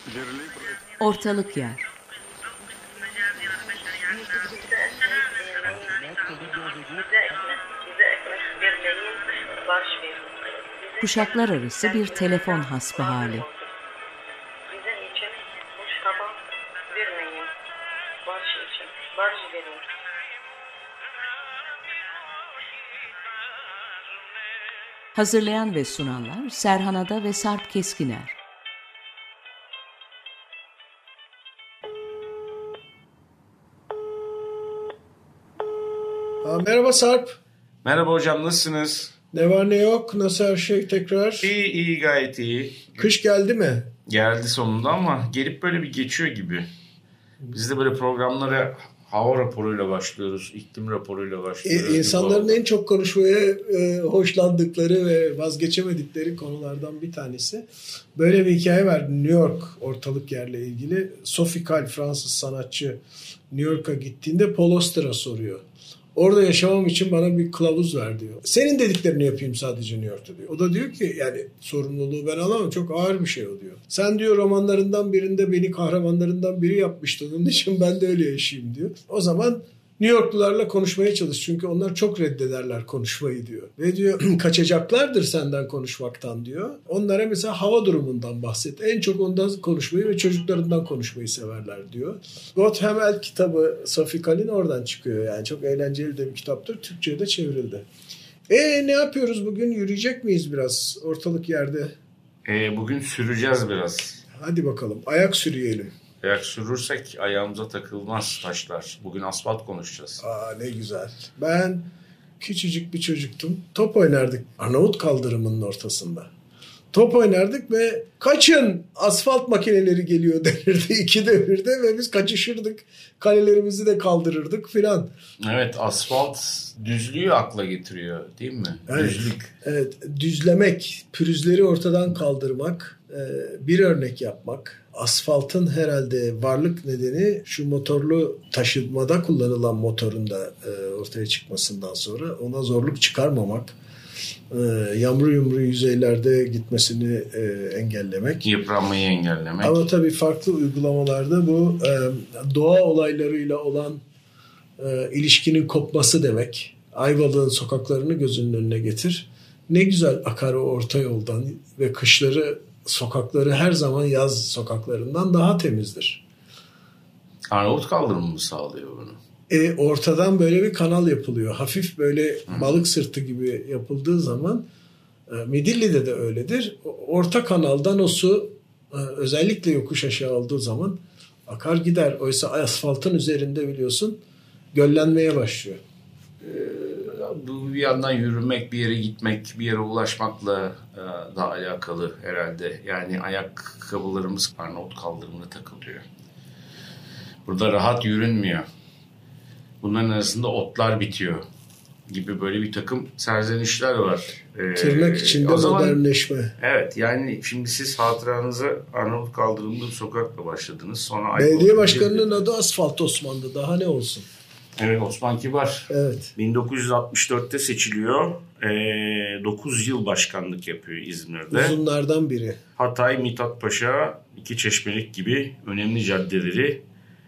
Ortalık yer. Kuşaklar arası bir telefon hasbihali. Hazırlayan ve sunanlar Serhan Ada ve Sarp Keskiner. Merhaba Sarp. Merhaba hocam, nasılsınız? Ne var ne yok? Nasıl her şey tekrar? İyi, gayet iyi. Kış geldi mi? Geldi sonunda ama gelip böyle bir geçiyor gibi. Biz de böyle programlara hava raporuyla başlıyoruz, iklim raporuyla başlıyoruz. İnsanların en çok konuşmaya hoşlandıkları ve vazgeçemedikleri konulardan bir tanesi. Böyle bir hikaye var New York ortalık yerle ilgili. Sophie Calle, Fransız sanatçı, New York'a gittiğinde Paul Auster'a soruyor. Orada yaşamam için bana bir kılavuz ver diyor. Senin dediklerini yapayım sadece New York'ta diyor. O da diyor ki yani sorumluluğu ben alamam, çok ağır bir şey o diyor. Sen diyor romanlarından birinde beni kahramanlarından biri yapmıştın. Onun için ben de öyle yaşayayım diyor. O zaman New Yorklularla konuşmaya çalış. Çünkü onlar çok reddederler konuşmayı diyor. Ve diyor kaçacaklardır senden konuşmaktan diyor. Onlara mesela hava durumundan bahset. En çok ondan konuşmayı ve çocuklarından konuşmayı severler diyor. Gothamel kitabı Sophie Calle'in oradan çıkıyor yani. Çok eğlenceli de bir kitaptır. Türkçe'ye de çevrildi. Ne yapıyoruz bugün? Yürüyecek miyiz biraz ortalık yerde? Bugün süreceğiz biraz. Hadi bakalım. Ayak sürüyelim. Eğer sürürsek ayağımıza takılmaz taşlar. Bugün asfalt konuşacağız. Ne güzel. Ben küçücük bir çocuktum. Top oynardık Arnavut kaldırımının ortasında. Top oynardık ve kaçın asfalt makineleri geliyor denirdi ikide birde ve biz kaçışırdık. Kalelerimizi de kaldırırdık filan. Evet, asfalt düzlüğü akla getiriyor değil mi? Evet, Düzlük. Evet, düzlemek, pürüzleri ortadan kaldırmak, bir örnek yapmak. Asfaltın herhalde varlık nedeni şu motorlu taşımada kullanılan motorun da ortaya çıkmasından sonra ona zorluk çıkarmamak, yamru yumru yüzeylerde gitmesini engellemek. Yıpranmayı engellemek. Ama tabii farklı uygulamalarda bu doğa olaylarıyla olan ilişkinin kopması demek. Ayvalık'ın sokaklarını gözünün önüne getir. Ne güzel akar o orta yoldan ve kışları sokakları her zaman yaz sokaklarından daha temizdir. Arnavut kaldırımı mı sağlıyor bunu? Ortadan böyle bir kanal yapılıyor. Hafif böyle balık sırtı gibi yapıldığı zaman Midilli'de de öyledir. Orta kanaldan o su özellikle yokuş aşağı olduğu zaman akar gider. Oysa asfaltın üzerinde biliyorsun göllenmeye başlıyor. Bu bir yandan yürümek, bir yere gitmek, bir yere ulaşmakla da alakalı herhalde. Yani ayakkabılarımız Arnavut kaldırımına takılıyor. Burada rahat yürünmüyor. Bunların arasında otlar bitiyor gibi böyle bir takım serzenişler var. Tırnak içinde modernleşme. Evet, yani şimdi siz hatıranıza Arnavut kaldırımlı sokakla başladınız. Sonra belediye başkanının adı Asfalt Osman'dı. Daha ne olsun? Evet, Osman Kibar. Evet. 1964'te seçiliyor. 9 yıl başkanlık yapıyor İzmir'de. Uzunlardan biri. Hatay, Mithatpaşa, İkiçeşmelik gibi önemli caddeleri,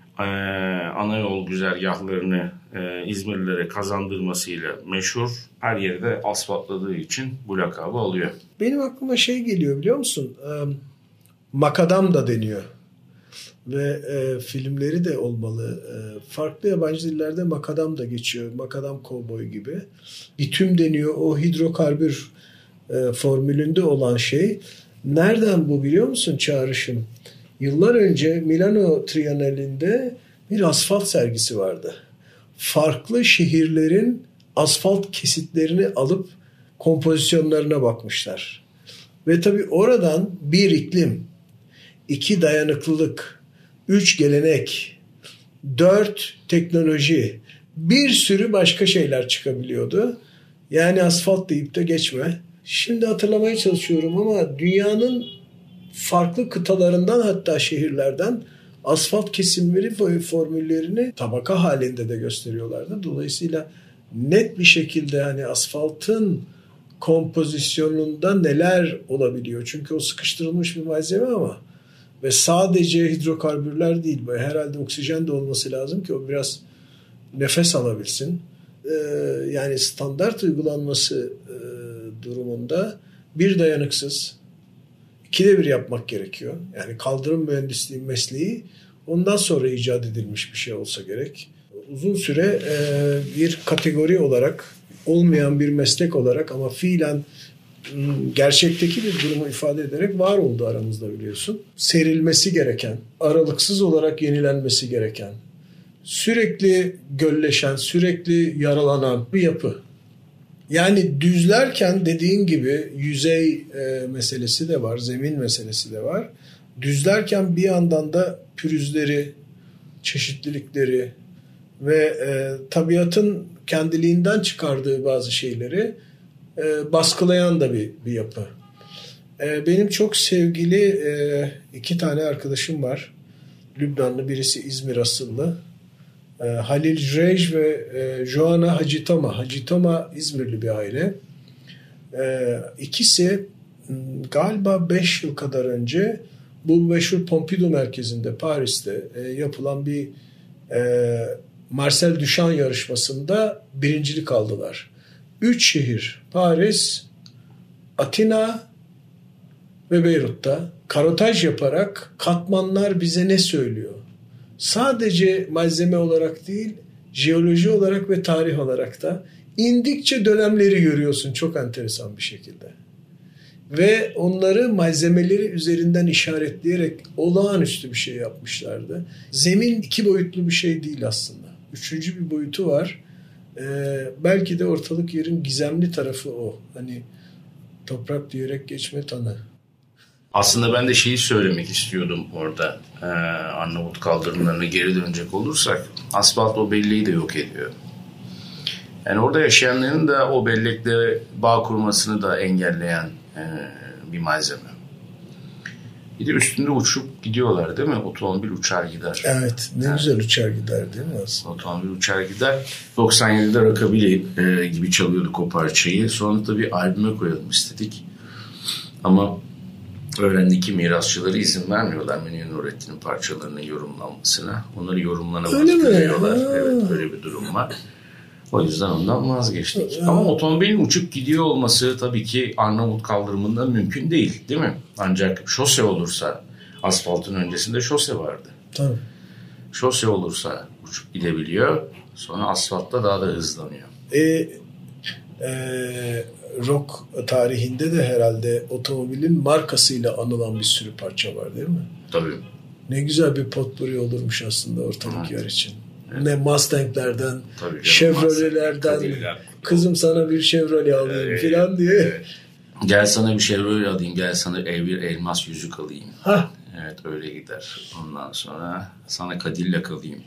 ana yol güzergahlarını İzmirlilere kazandırmasıyla meşhur. Her yeri de asfaltladığı için bu lakabı alıyor. Benim aklıma şey geliyor biliyor musun? Makadam da deniyor. Ve filmleri de olmalı. Farklı yabancı dillerde makadam da geçiyor. Makadam kovboy gibi. Bitüm deniyor. O hidrokarbür formülünde olan şey. Nereden bu biliyor musun çağrışım? Yıllar önce Milano Triennale'inde bir asfalt sergisi vardı. Farklı şehirlerin asfalt kesitlerini alıp kompozisyonlarına bakmışlar. Ve tabii oradan bir iklim, 2 dayanıklılık, 3 gelenek, 4 teknoloji, bir sürü başka şeyler çıkabiliyordu. Yani asfalt deyip de geçme. Şimdi hatırlamaya çalışıyorum ama dünyanın farklı kıtalarından hatta şehirlerden asfalt kesimleri ve formüllerini tabaka halinde de gösteriyorlardı. Dolayısıyla net bir şekilde hani asfaltın kompozisyonunda neler olabiliyor. Çünkü o sıkıştırılmış bir malzeme ama Ve sadece hidrokarbürler değil, böyle herhalde oksijen de olması lazım ki o biraz nefes alabilsin. Yani standart uygulanması durumunda bir dayanıksız, 2'de 1 yapmak gerekiyor. Yani kaldırım mühendisliği mesleği ondan sonra icat edilmiş bir şey olsa gerek. Uzun süre bir kategori olarak, olmayan bir meslek olarak ama fiilen gerçekteki bir durumu ifade ederek var oldu aramızda, biliyorsun. Serilmesi gereken, aralıksız olarak yenilenmesi gereken, sürekli gölleşen, sürekli yaralanan bir yapı. Yani düzlerken dediğin gibi yüzey meselesi de var, zemin meselesi de var. Düzlerken bir yandan da pürüzleri, çeşitlilikleri ve tabiatın kendiliğinden çıkardığı bazı şeyleri baskılayan da bir yapı. Benim çok sevgili 2 tane arkadaşım var. Lübnanlı, birisi İzmir asıllı. Halil Rej ve Joana Hacitama. Hacitama İzmirli bir aile. İkisi galiba 5 yıl kadar önce bu meşhur Pompidou merkezinde Paris'te yapılan bir Marcel Duchamp yarışmasında birincilik aldılar. 3 şehir, Paris, Atina ve Beyrut'ta karotaj yaparak katmanlar bize ne söylüyor? Sadece malzeme olarak değil, jeoloji olarak ve tarih olarak da indikçe dönemleri görüyorsun çok enteresan bir şekilde. Ve onları malzemeleri üzerinden işaretleyerek olağanüstü bir şey yapmışlardı. Zemin 2 boyutlu bir şey değil aslında. 3. bir boyutu var. Belki de ortalık yerin gizemli tarafı o. Hani toprak diyerek geçme tanı. Aslında ben de şeyi söylemek istiyordum orada. Arnavut kaldırımlarına geri dönecek olursak, asfalt o belleği de yok ediyor. Yani orada yaşayanların da o bellekle bağ kurmasını da engelleyen bir malzeme. Bir de üstünde uçup gidiyorlar değil mi? Otomobil uçar gider. Evet, ne güzel uçar gider değil mi aslında? Otomobil uçar gider. 97'de Rockabilly gibi çalıyorduk o parçayı. Sonra da bir albüme koyalım istedik. Ama öğrendik ki mirasçıları izin vermiyorlar Münir Nurettin'in parçalarının yorumlanmasına. Onları yorumlanamaz görüyorlar. Evet, böyle bir durum var. O yüzden ondan vazgeçtik. Ama otomobilin uçup gidiyor olması tabii ki Arnavut kaldırımında mümkün değil mi? Ancak şose olursa, asfaltın öncesinde şose vardı. Tabii. Şose olursa uçup gidebiliyor. Sonra asfaltta daha da hızlanıyor. Rock tarihinde de herhalde otomobilin markasıyla anılan bir sürü parça var değil mi? Tabii. Ne güzel bir potpourri olurmuş aslında ortalık yer için. Evet. Ne Mustang'lerden, Chevrolet'lerden, kızım sana bir Chevrolet alayım filan diye. Evet. Gel sana bir Chevrolet alayım, gel sana bir elmas yüzük alayım. Hah. Evet, öyle gider. Ondan sonra sana Cadillac alayım.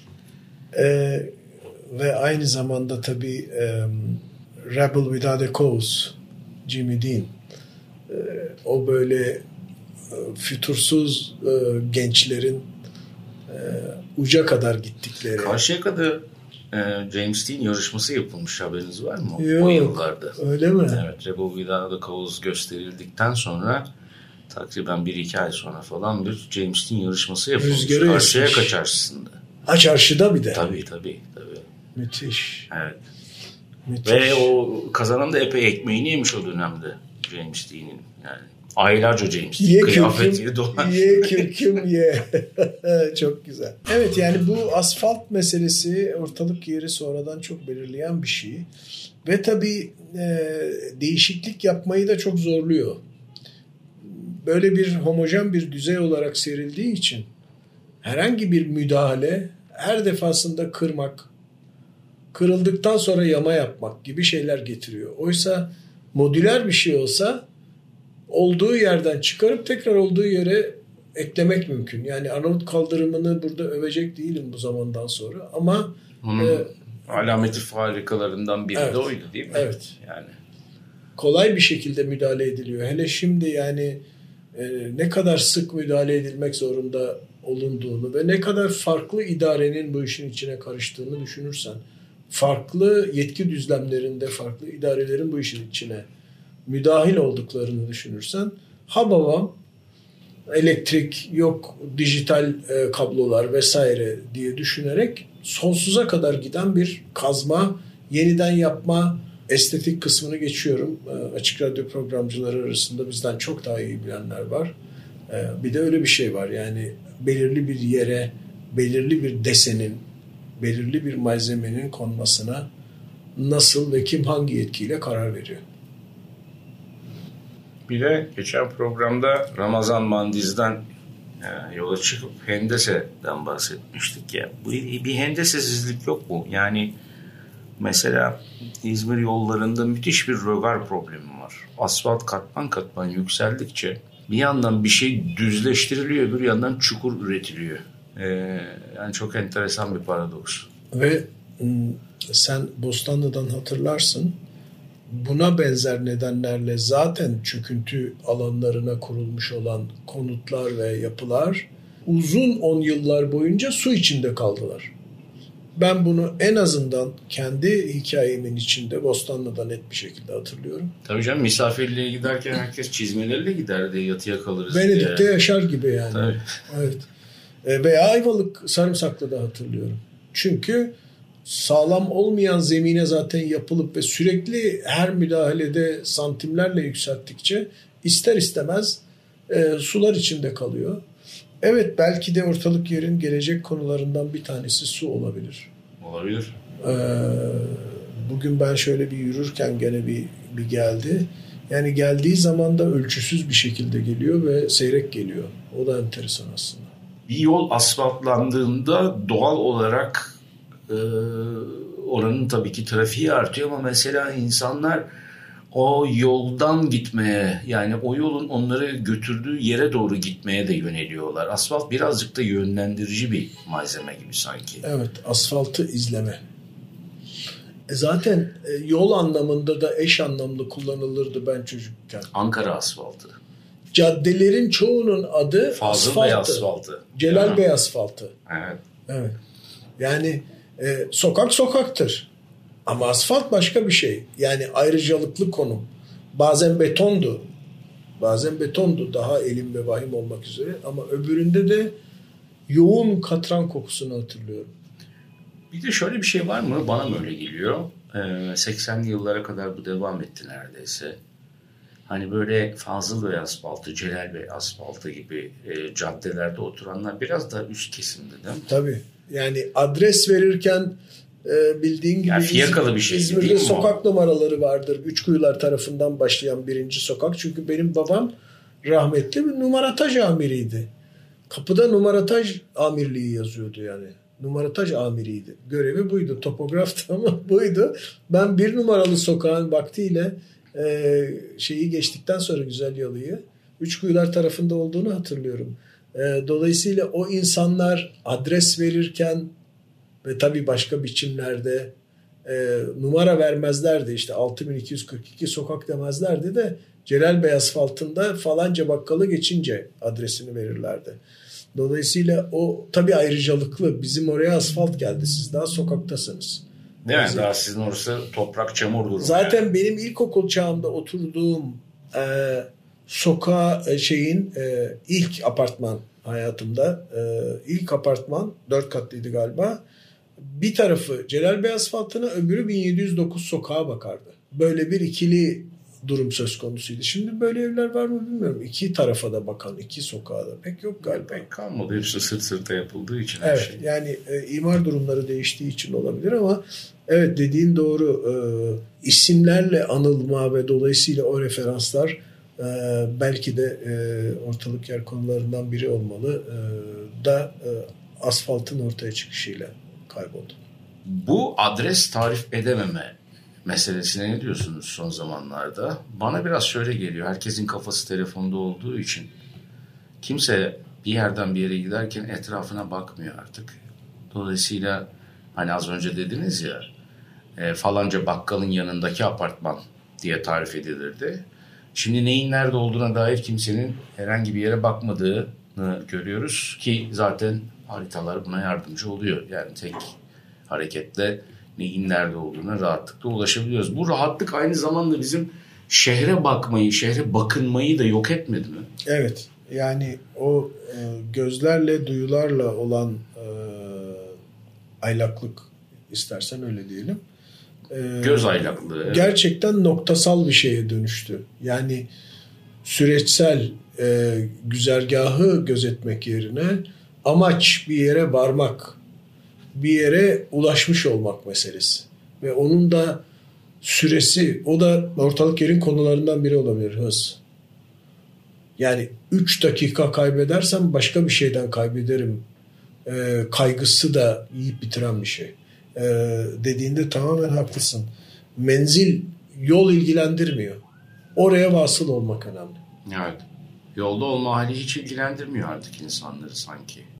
Ve aynı zamanda tabii Rebel Without a Cause, Jimmy Dean. O böyle fütursuz gençlerin uca kadar gittikleri. Karşıyaka'da James Dean yarışması yapılmış, haberiniz var mı? Yok, o yıllarda. Öyle mi? Evet, Rebel Without a Cause gösterildikten sonra takriben 1-2 ay sonra falan bir James Dean yarışması yapılmış. Rüzgarı Karşıyaka çarşısında. Ha, çarşıda bir de. Tabii. Müthiş. Evet. Müthiş. Ve o kazanan da epey ekmeğini yemiş o dönemde James Dean'in. Yani aylarca James Dean kıyafetiyle dolaştı. Ye kürküm ye. Çok güzel. Evet, yani bu asfalt meselesi ortalık yeri sonradan çok belirleyen bir şey. Ve tabii değişiklik yapmayı da çok zorluyor. Böyle bir homojen bir düzey olarak serildiği için herhangi bir müdahale her defasında kırmak, kırıldıktan sonra yama yapmak gibi şeyler getiriyor. Oysa modüler bir şey olsa olduğu yerden çıkarıp tekrar olduğu yere eklemek mümkün. Yani Arnavut kaldırımını burada övecek değilim bu zamandan sonra ama alameti farikalarından biri de oydu değil mi? Evet. Yani kolay bir şekilde müdahale ediliyor. Hele şimdi yani ne kadar sık müdahale edilmek zorunda olunduğunu ve ne kadar farklı idarenin bu işin içine karıştığını düşünürsen, farklı yetki düzlemlerinde farklı idarelerin bu işin içine müdahil olduklarını düşünürsen, ha babam elektrik, yok dijital kablolar vesaire diye düşünerek sonsuza kadar giden bir kazma, yeniden yapma, estetik kısmını geçiyorum. Açık radyo programcıları arasında bizden çok daha iyi bilenler var. Bir de öyle bir şey var, yani belirli bir yere, belirli bir desenin, belirli bir malzemenin konmasına nasıl ve kim hangi yetkiyle karar veriyor. Bir de geçen programda Ramazan Mandiz'den yola çıkıp hendeseden bahsetmiştik ya. Bu bir hendesesizlik yok mu? Yani mesela İzmir yollarında müthiş bir rögar problemi var. Asfalt katman katman yükseldikçe bir yandan bir şey düzleştiriliyor, bir yandan çukur üretiliyor. Yani çok enteresan bir paradoks. Ve sen Bostanlı'dan hatırlarsın, buna benzer nedenlerle zaten çöküntü alanlarına kurulmuş olan konutlar ve yapılar uzun 10 yıllar boyunca su içinde kaldılar. Ben bunu en azından kendi hikayemin içinde Bostanlı'da net bir şekilde hatırlıyorum. Tabii canım, misafirliğe giderken herkes çizmeleriyle giderdi, yatıya kalırız Venedik'te diye. yaşar gibi yani. Tabii. Evet. Veya Ayvalık Sarımsaklı'da hatırlıyorum. Çünkü sağlam olmayan zemine zaten yapılıp ve sürekli her müdahalede santimlerle yükselttikçe ister istemez sular içinde kalıyor. Evet, belki de ortalık yerin gelecek konularından bir tanesi su olabilir. Olabilir. Bugün ben şöyle bir yürürken gene bir geldi. Yani geldiği zaman da ölçüsüz bir şekilde geliyor ve seyrek geliyor. O da enteresan aslında. Bir yol asfaltlandığında doğal olarak oranın tabii ki trafiği artıyor ama mesela insanlar o yoldan gitmeye, yani o yolun onları götürdüğü yere doğru gitmeye de yöneliyorlar. Asfalt birazcık da yönlendirici bir malzeme gibi sanki. Evet, asfaltı izleme. Zaten yol anlamında da eş anlamlı kullanılırdı ben çocukken. Ankara asfaltı. Caddelerin çoğunun adı Fazıl Bey asfaltı. Celal Bey asfaltı. Evet. Evet. Yani sokak sokaktır. Ama asfalt başka bir şey. Yani ayrıcalıklı konum. Bazen betondu. Bazen betondu, daha elim ve vahim olmak üzere. Ama öbüründe de yoğun katran kokusunu hatırlıyorum. Bir de şöyle bir şey var mı? Bana mı öyle geliyor? 80'li yıllara kadar bu devam etti neredeyse. Hani böyle Fazıl Bey asfaltı, Celal Bey asfaltı gibi caddelerde oturanlar biraz daha üst kesimde değil mi? Tabii. Yani adres verirken bildiğin gibi yani fiyakalı bir şey İzmir'de değil mi sokak numaraları vardır. Üçkuyular tarafından başlayan birinci sokak. Çünkü benim babam rahmetli bir numarataj amiriydi. Kapıda numarataj amirliği yazıyordu yani. Numarataj amiriydi. Görevi buydu. Topograftı ama buydu. Ben bir numaralı sokağın vaktiyle şeyi geçtikten sonra Güzel Yalı'yı Üçkuyular tarafında olduğunu hatırlıyorum. Dolayısıyla o insanlar adres verirken ve tabii başka biçimlerde numara vermezlerdi. İşte 6242 sokak demezlerdi de Celal Bey asfaltında falanca bakkalı geçince adresini verirlerdi. Dolayısıyla o tabii ayrıcalıklı. Bizim oraya asfalt geldi. Siz daha sokaktasınız. Değil mi? Daha sizin orası toprak çamur durumu. Zaten yani. Benim ilkokul çağımda oturduğum sokağa ilk apartman hayatımda ilk apartman 4 katlıydı galiba. Bir tarafı Celal Bey asfaltına, öbürü 1709 sokağa bakardı. Böyle bir ikili durum söz konusuydu. Şimdi böyle evler var mı bilmiyorum. İki tarafa da bakan, iki sokağa da pek yok galiba. Pek kalmadı. Hepsi sırt sırta yapıldığı için. Evet, her şey. yani imar durumları değiştiği için olabilir ama evet, dediğin doğru. İsimlerle anılma ve dolayısıyla o referanslar belki de ortalık yer konularından biri olmalı. Asfaltın ortaya çıkışıyla kayboldu. Bu adres tarif edememe meselesine ne diyorsunuz son zamanlarda? Bana biraz şöyle geliyor. Herkesin kafası telefonda olduğu için kimse bir yerden bir yere giderken etrafına bakmıyor artık. Dolayısıyla hani az önce dediniz ya, falanca bakkalın yanındaki apartman diye tarif edilirdi. Şimdi neyin nerede olduğuna dair kimsenin herhangi bir yere bakmadığını görüyoruz ki zaten haritalar buna yardımcı oluyor. Yani tek hareketle neyin nerede olduğuna rahatlıkla ulaşabiliyoruz. Bu rahatlık aynı zamanda bizim şehre bakmayı, şehre bakınmayı da yok etmedi mi? Evet. Yani o gözlerle, duyularla olan aylaklık, istersen öyle diyelim. Göz aylaklığı. Evet. Gerçekten noktasal bir şeye dönüştü. Yani süreçsel güzergahı gözetmek yerine amaç bir yere varmak, bir yere ulaşmış olmak meselesi. Ve onun da süresi, o da ortalık yerin konularından biri olabilir, hız. Yani 3 dakika kaybedersem başka bir şeyden kaybederim kaygısı da yiyip bitiren bir şey. Dediğinde tamamen haklısın. Menzil, yol ilgilendirmiyor. Oraya vasıl olmak önemli. Evet. Yolda olma hali hiç ilgilendirmiyor artık insanları sanki.